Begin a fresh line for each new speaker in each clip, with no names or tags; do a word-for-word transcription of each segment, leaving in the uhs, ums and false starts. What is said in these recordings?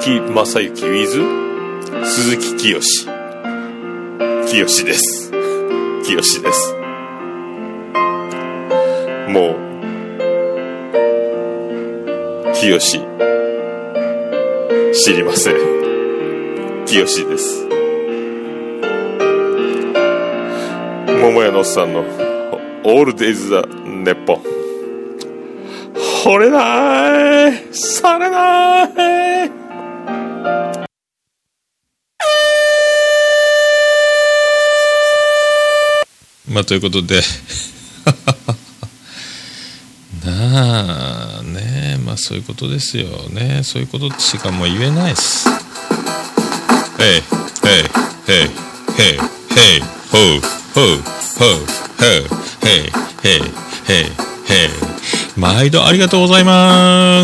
木正幸 with 鈴木清清です清ですもう清知りません清です桃屋のおっさんのオールデイズ・ザ・ネッポン惚れないされない
まあということでなあねまあそういうことですよねそういうことしかもう言えないです。へいへいへいへいへいほうほうほうほうへいへいへいへい毎度ありがとうございます。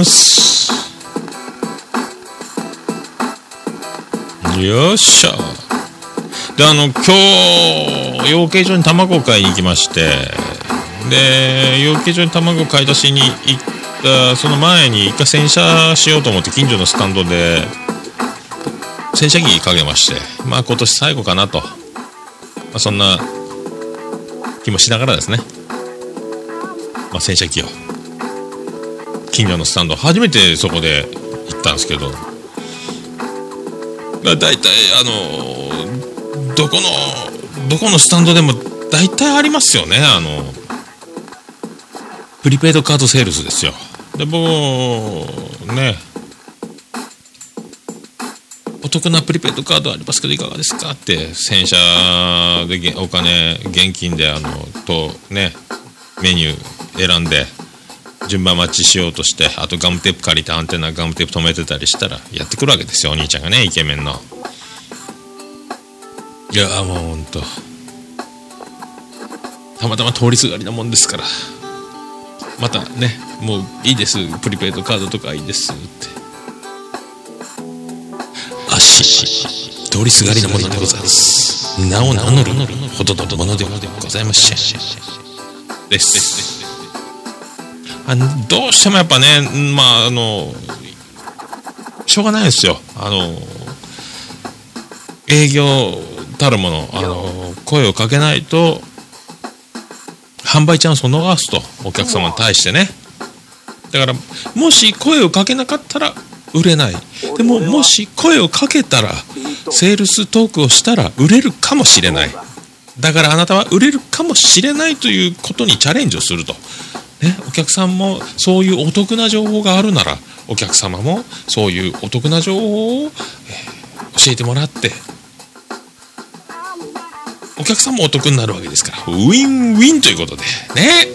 よっしゃであの今日養鶏場に卵を買いに行きましてで養鶏場に卵を買い出しに行ったその前に一回洗車しようと思って近所のスタンドで洗車機かけましてまあ今年最後かなと、まあ、そんな気もしながらですね、まあ、洗車機を近所のスタンド初めてそこで行ったんですけどだいたいあのどこのどこのスタンドでもだいたいありますよねあのプリペイドカードセールスですよ。で僕ねお得なプリペイドカードありますけどいかがですかって洗車でお金現金であのとねメニュー選んで順番待ちしようとしてあとガムテープ借りてアンテナガムテープ止めてたりしたらやってくるわけですよお兄ちゃんがねイケメンの。いやもうほんとたまたま通りすがりなもんですからまたねもういいですプリペイドカードとかいいですってあし通りすがりのものでございます名を名乗るほどのものではございませんですあのどうしてもやっぱねまああのしょうがないですよあの営業たるものあの声をかけないと販売チャンスを逃すとお客様に対してねだからもし声をかけなかったら売れないでももし声をかけたらセールストークをしたら売れるかもしれないだからあなたは売れるかもしれないということにチャレンジをすると、ね、お客さんもそういうお得な情報があるならお客様もそういうお得な情報を、えー、教えてもらってお客さんもお得になるわけですからウィンウィンということでね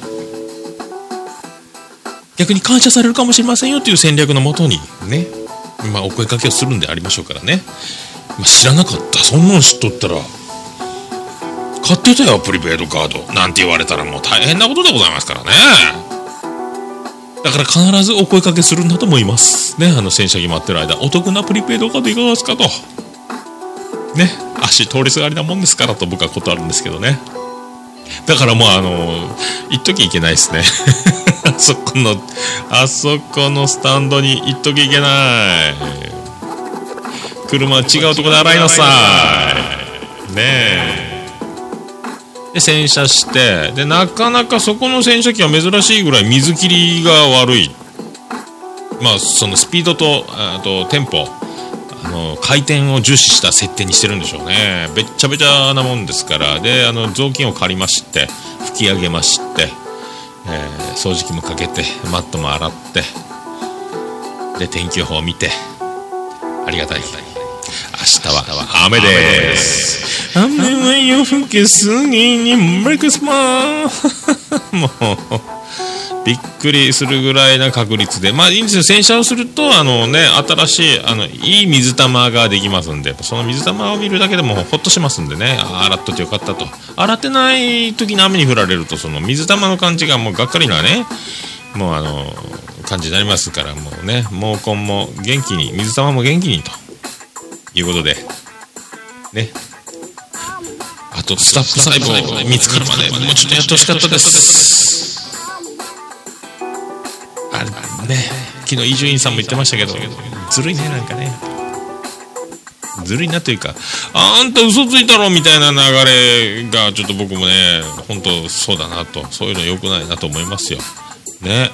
逆に感謝されるかもしれませんよという戦略のもとにねまあお声かけをするんでありましょうからね、まあ、知らなかったそんなの知っとったら買ってたよプリペイドカードなんて言われたらもう大変なことでございますからねだから必ずお声かけするんだと思いますねあの洗車機待ってる間お得なプリペイドカードいかがですかとね足通りすがりなもんですからと僕は断るんですけどねだからもうあの一時いけないですねあそこのあそこのスタンドに一時いけない車は違うところで洗いなさいねえで洗車してでなかなかそこの洗車機は珍しいぐらい水切りが悪いまあそのスピードとあとテンポあの回転を重視した設定にしてるんでしょうねべっちゃべちゃなもんですからであの雑巾を借りまして拭き上げまして、えー、掃除機もかけてマットも洗ってで天気予報を見てありがたい明日は雨です。雨は夜更けすぎにメリークリスマスもうびっくりするぐらいな確率でまあいいんですよ洗車をするとあのね新しいあのいい水玉ができますんでその水玉を見るだけでもほっとしますんでね洗っとってよかったと洗ってない時に雨に降られるとその水玉の感じがもうがっかりなねもうあの感じになりますからもうね毛根も元気に水玉も元気にということでねあとスタップ細胞見つかるまでもうちょっとやってほしかったですあれね昨日伊集院さんも言ってましたけどずるいねなんかねずるいなというか、あんた嘘ついたろみたいな流れがちょっと僕もね本当そうだなと、そういうの良くないなと思いますよね。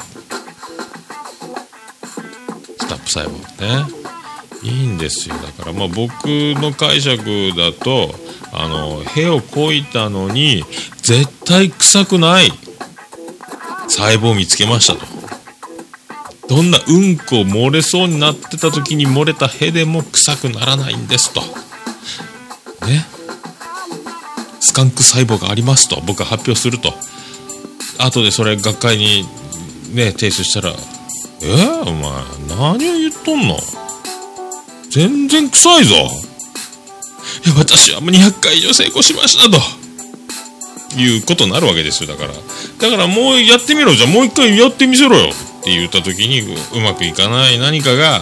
スタップ細胞ね、いいんですよ。だからまあ僕の解釈だと、あの屁をこいたのに絶対臭くない細胞を見つけましたと。どんなうんこ漏れそうになってた時に漏れた屁でも臭くならないんですとね。スカンク細胞がありますと僕は発表すると、後でそれ学会にね提出したら、えー、お前何を言っとんの、全然臭いぞ、いや私はもうにひゃっかい以上成功しましたということになるわけですよ。だからだからもうやってみろ、じゃあもう一回やってみせろよって言った時に う, うまくいかない何かが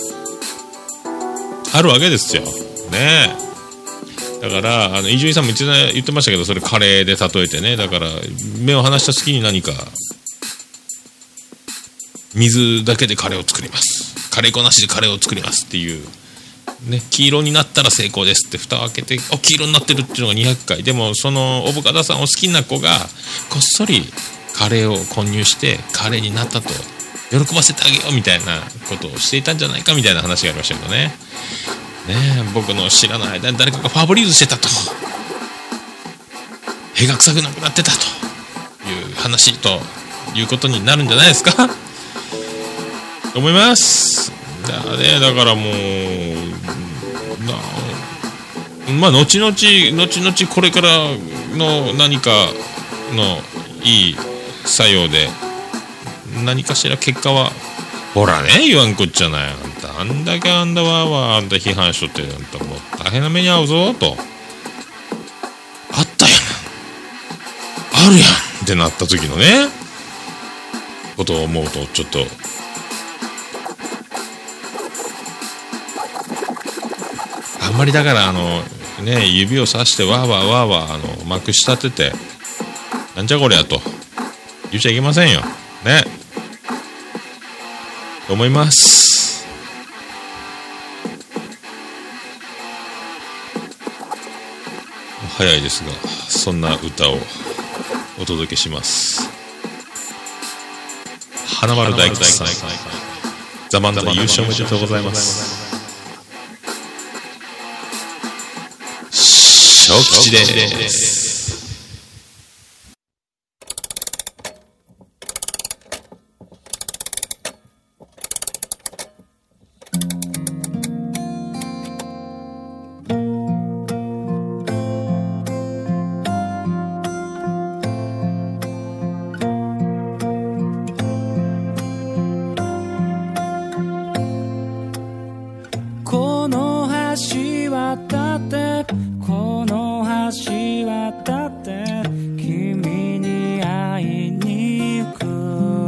あるわけですよね。だからあの伊集院さんも言って言ってましたけど、それカレーで例えてね、だから目を離した隙に何か水だけでカレーを作ります、カレー粉なしでカレーを作りますっていうね、黄色になったら成功ですって蓋を開けて、お黄色になってるっていうのがにひゃっかいでも、そのおぼかたさんを好きな子がこっそりカレーを混入してカレーになったと喜ばせてあげようみたいなことをしていたんじゃないかみたいな話がありましたけどね。ねえ、僕の知らない間に誰かがファブリーズしてたと、屁が臭くなくなってたという話ということになるんじゃないですかと思います。だからね、だからもうな、まあ後々後々これからの何かのいい作用で何かしら結果はほらね、言わんこっちゃない、あんたあんだけあんだわーわーあんた批判しとって、あんたもう大変な目に遭うぞと、あったやんあるやんってなった時のねことを思うと、ちょっとあんまりだからあのね、指をさしてわーわーわーわーあのまくし立ててなんじゃこりゃと言っちゃいけませんよねと思います。早いですがそんな歌をお届けします。花丸大吉さん、ザ・漫才優勝おめでとうございます。小吉です。
この橋渡ってこの橋渡って君に会いに行く、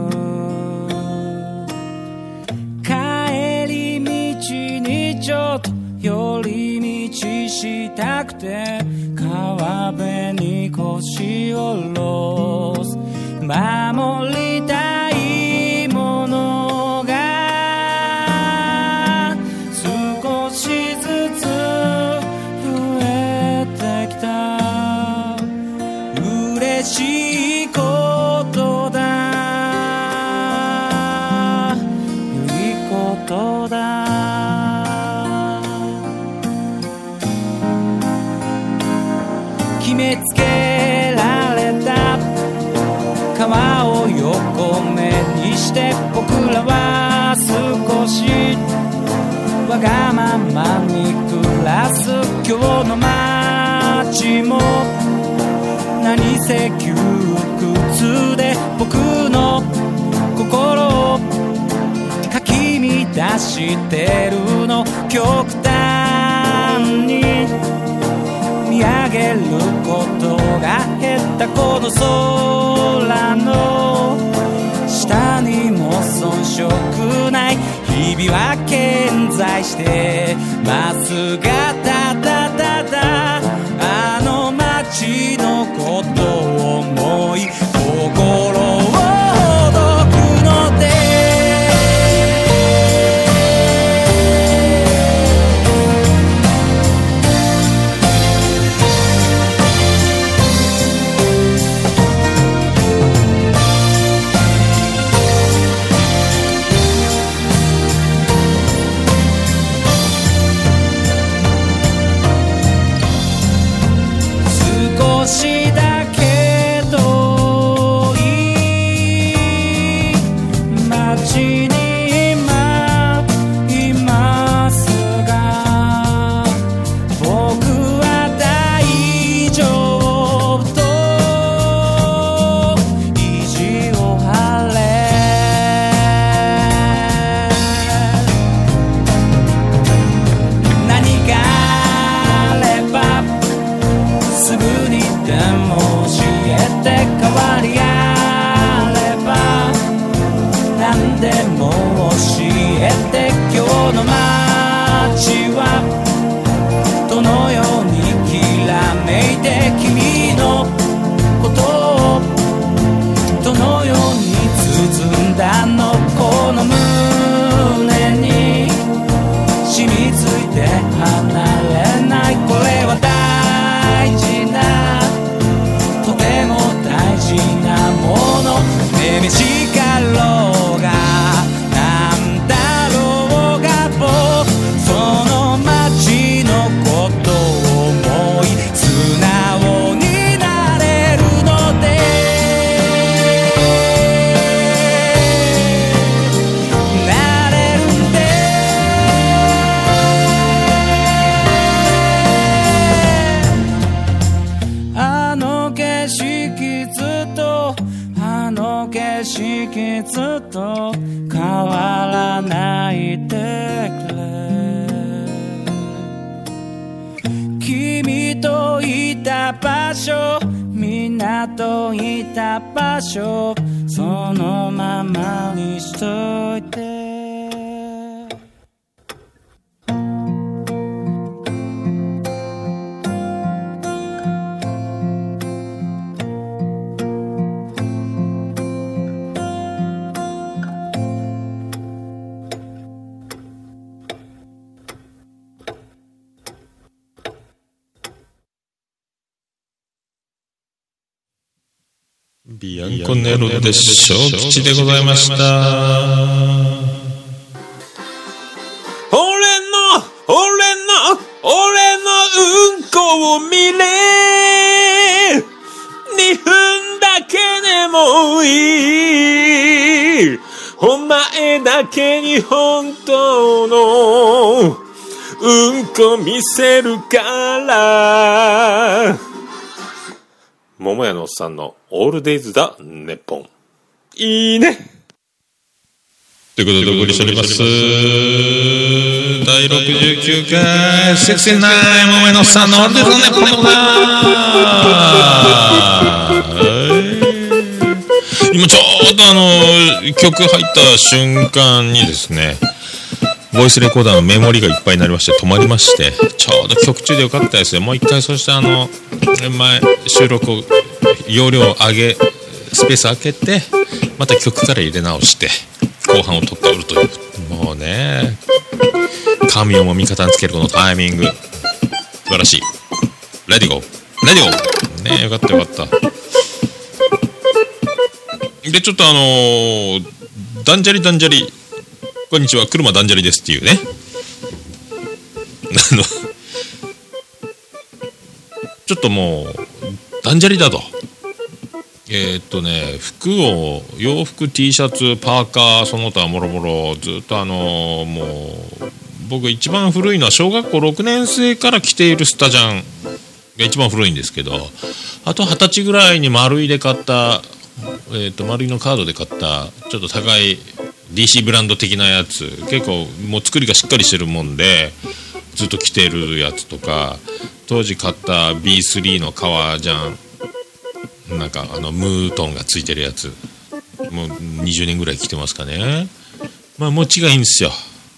帰り道にちょっと寄り道したくて川辺に腰を下ろす、守りたいものが少しずつ増えてきた、嬉しいことだ、良いことだ、決めつけられた川を横目にして僕らは少しわがままに暮らす、今日の街も何せ窮屈で僕の心をかき乱してるの、極端に見上げることが減ったこの空の下にも遜色ない日々は健在してますが、ただただあの街のことを思い心をほどくので、 しだけどいい街に今いますが、僕は大丈夫と意地を張れ。何があればすぐにでも教えて、変わりあれば何でも教えて。今日の街はどのようにきらめいて、君のことをどのように包んだの。この胸に染みついて離れない。これは大事な、とても大事なもの。ねみしかろうがなんだろうが、僕その街のことを思い素直になれるので、なれるんで。あの景色ずっと、あの景色ずっと変わらないでくれ。君といた場所、みんなといた場所、そのままにしといて。
ビアンコネロで小吉でございました。
俺の俺の俺のうんこを見れ、にふんだけでもいい。お前だけに本当のうんこ見せるから。
桃屋のおっさんのオールデイズだネッポン。
いいね。
ということでお送りしておりますだいろくじゅうきゅうかいセクシーナイン桃屋のおっさんのオールデイズだネッポンでございます。今ちょうどあの曲入った瞬間にですね、ボイスレコーダーのメモリがいっぱいになりまして止まりまして、ちょうど曲中でよかったですよ。もう一回、そしてあの前収録を容量を上げスペース開けてまた曲から入れ直して後半を取っておるという、もうね神をも味方につけるこのタイミング素晴らしい。レディゴーレディゴーね、よかったよかった。でちょっとあのー、ダンジャリダンジャリこんにちは車ダンジャリですっていうねあのちょっともう断捨離だと。えー、っとね服を洋服 T シャツパーカーその他もろもろずっとあのもう僕一番古いのは小学校ろくねん生から着ているスタジャンが一番古いんですけど、あとはたちぐらいに丸いで買った、えー、っと丸いのカードで買ったちょっと高い ディーシー ブランド的なやつ、結構もう作りがしっかりしてるもんでずっと着てるやつとか、当時買った ビースリー の革ジャンなんかあのムートンがついてるやつもうにじゅうねんぐらい着てますかね。まあ持ちがいいんですよ。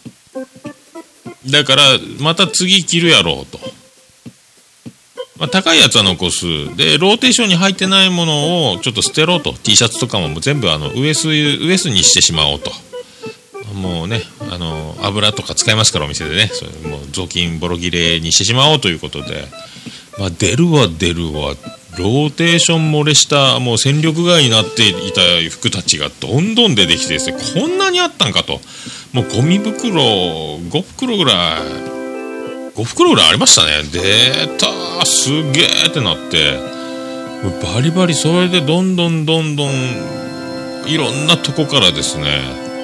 だからまた次着るやろうと、まあ、高いやつは残すでローテーションに入ってないものをちょっと捨てろうと。 T シャツとかも全部あのウエスウエスにしてしまおうと。もうねあの油とか使いますからお店でね、それもう雑巾ボロ切れにしてしまおうということで、まあ、出るわ出るわローテーション漏れしたもう戦力外になっていた服たちがどんどん出てきてですね、こんなにあったんかと。もうゴミ袋ご袋ぐらいご袋ぐらいありましたね。出たすげーってなって、 バリバリそれでどんどんどんどんいろんなとこからですね、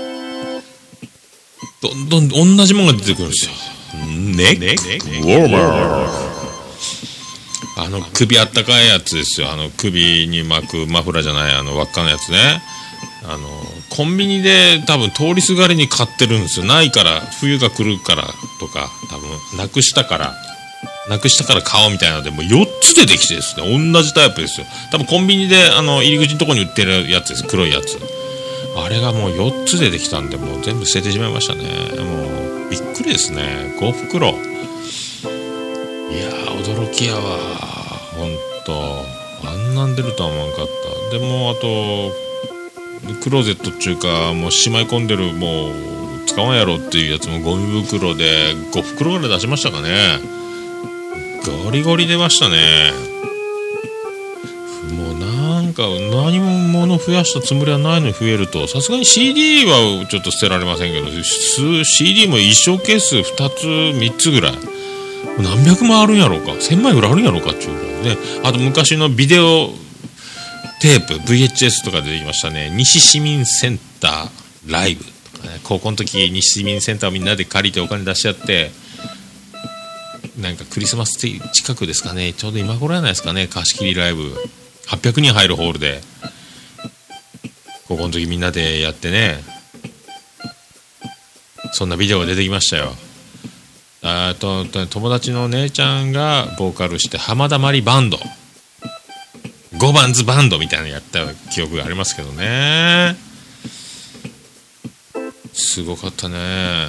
どんどん同じものが出てくるんですよ。ネックウォーマー、あの首あったかいやつですよ。あの首に巻くマフラーじゃない、あの輪っかのやつね。あのコンビニで多分通りすがりに買ってるんですよ。ないから冬が来るからとか、多分なくしたからなくしたから買おうみたいなのでもうよっつ出てきてですね、同じタイプですよ。多分コンビニであの入り口のとこに売ってるやつです、黒いやつ。あれがもうよっつ出てきたんで、もう全部捨ててしまいましたね。もうびっくりですね、ごふくろ。いやー驚きやわ、ほんとあんなん出るとは思わんかった。でもあとクローゼットっていうか、もうしまい込んでる、もう使わんやろっていうやつもゴミ袋でごふくろぐらい出しましたかね。ゴリゴリ出ましたね。もうなんか何も物増やしたつもりはないのに増えると、さすがに シーディー はちょっと捨てられませんけど、 シーディー も一生ケースふたつみっつぐらい何百枚あるんやろうか、せんまいぐらいあるんやろうかっていうぐらいね。あと昔のビデオテープ ブイエイチエス とか出てきましたね。西市民センターライブとかね。高校の時西市民センターをみんなで借りてお金出し合って、なんかクリスマス近くですかね、ちょうど今頃じゃないですかね、貸し切りライブはっぴゃくにん入るホールで高校の時みんなでやってね、そんなビデオが出てきましたよ。あと友達の姉ちゃんがボーカルして浜田まりバンド、ゴバンズバンドみたいなのやった記憶がありますけどね。すごかったね。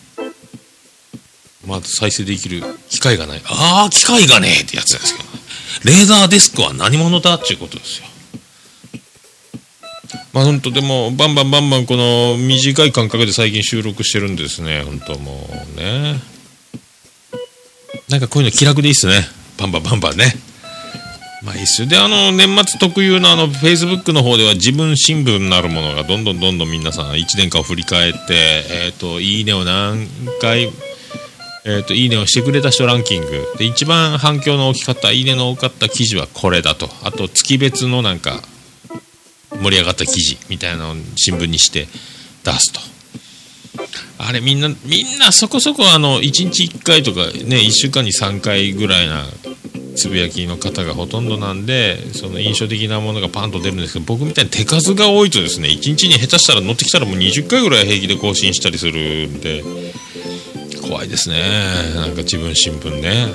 まだ再生できる機械がない。ああ機械がねえってやつですけど、ね、レーザーディスクは何者だっていうことですよ。まあ本当でもバンバンバンバンこの短い間隔で最近収録してるんですね。本当もうね、なんかこういうの気楽でいいっすね。バンバンバンバンね。まあいいっすよ。であの年末特有のあのフェイスブックの方では自分新聞なるものがどんどんどんどん皆さんいちねんかんを振り返ってえっといいねを何回えー、といいねをしてくれた人ランキングで一番反響の大きかったいいねの多かった記事はこれだと、あと月別のなんか盛り上がった記事みたいなのを新聞にして出すと、あれみんなみんなそこそこあのいちにちいっかいとかねいっしゅうかんにさんかいぐらいなつぶやきの方がほとんどなんで、その印象的なものがパンと出るんですけど、僕みたいに手数が多いとですねいちにちに下手したら乗ってきたらもうにじゅっかいぐらい平気で更新したりするんで怖いですね。なんか自分新聞ね。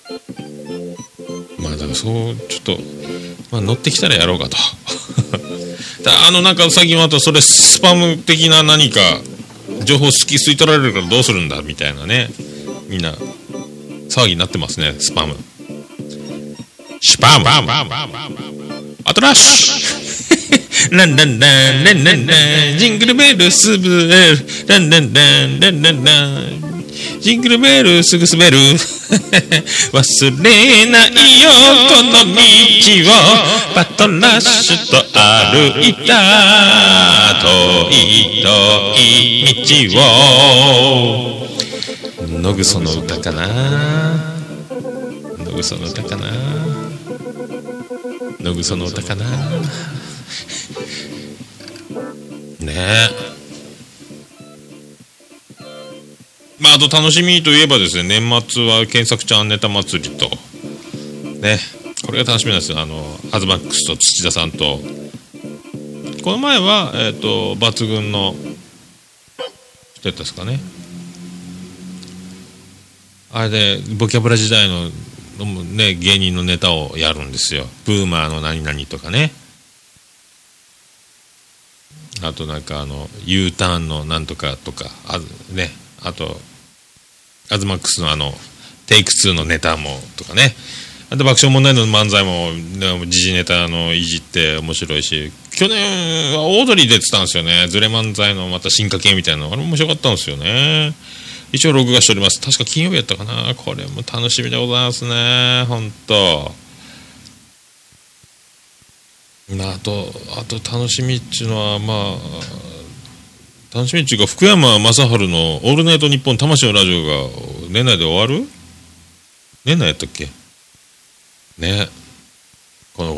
まあだからそうちょっと、まあ、乗ってきたらやろうかとだあのなんか最近またそれスパム的な何か情報好き吸い取られるからどうするんだみたいなね、みんな騒ぎになってますね。スパムシュパムアトラッシュランランランランランランジングルベルスブーランランランランランランジングルベルすぐ滑る忘れないよこの道をパトラッシュと歩いた遠い遠い道を。野ぐその歌かな、野ぐその歌かな、野ぐその歌かなねえ。まあ、あと楽しみといえばですね、年末は検索ちゃんネタ祭りとね、これが楽しみなんですよ。あのアズマックスと土田さんと、この前はえっ、ー、と抜群の人やったですかね、あれでボキャブラ時代のね芸人のネタをやるんですよ。ブーマーの何々とかね、あとなんかあの U ターンのなんとかとかあね、あとアズマックスのあのテイクツーのネタもとかね、あと爆笑問題の漫才も時事ネタのいじって面白いし、去年はオードリー出てたんですよね。ズレ漫才のまた進化系みたいなの、あれも面白かったんですよね。一応録画しております。確か金曜日やったかな。これも楽しみでございますね、ほんと。まあ、あとあと楽しみっていうのはまあ楽しみっていうか、福山雅治のオールナイトニッポン魂のラジオが年内で終わる？年内やったっけね。この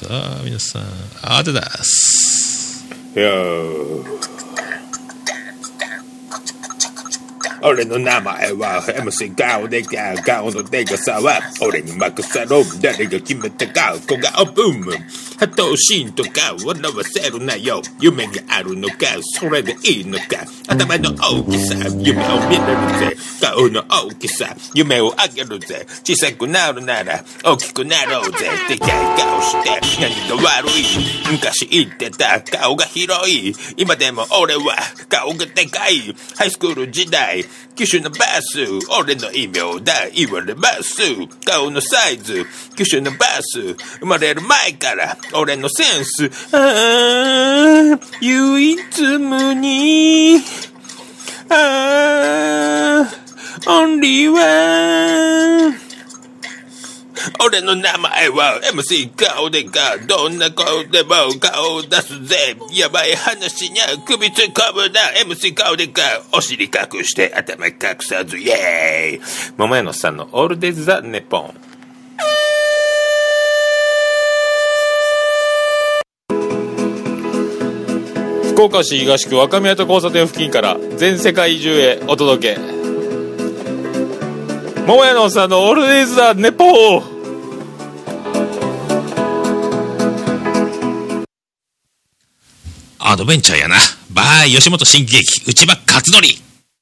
さあ皆さんあてです。
いやー俺の名前は エムシー 顔でか顔のでかさは俺に任せろ。誰が決めたか小顔ブームハトシーンとか笑わせるなよ。夢があるのかそれでいいのか。頭の大きさ夢を見れるぜ。顔の大きさ夢をあげるぜ。小さくなるなら大きくなろうぜ。でかい顔して何が悪い。昔言ってた顔が広い。今でも俺は顔がでかい。ハイスクール時代機種のバス俺の異名だ言われます。顔のサイズ機種のバス生まれる前から俺のセンスああ唯一無二ああオンリーワン。俺の名前は エムシー 顔でかどんな顔でも顔を出すぜ。やばい話にゃ首突っ込むな。 エムシー 顔でかお尻隠して頭隠さずイエーイ。桃屋のさんのオールデイズ・ザ・ネポン。福岡市東区若宮と交差点付近から全世界中へお届け、桃屋のさんのオールデイズ・ザ・ネポン。
アドベンチャーやな。バイ吉本新喜劇内場勝則。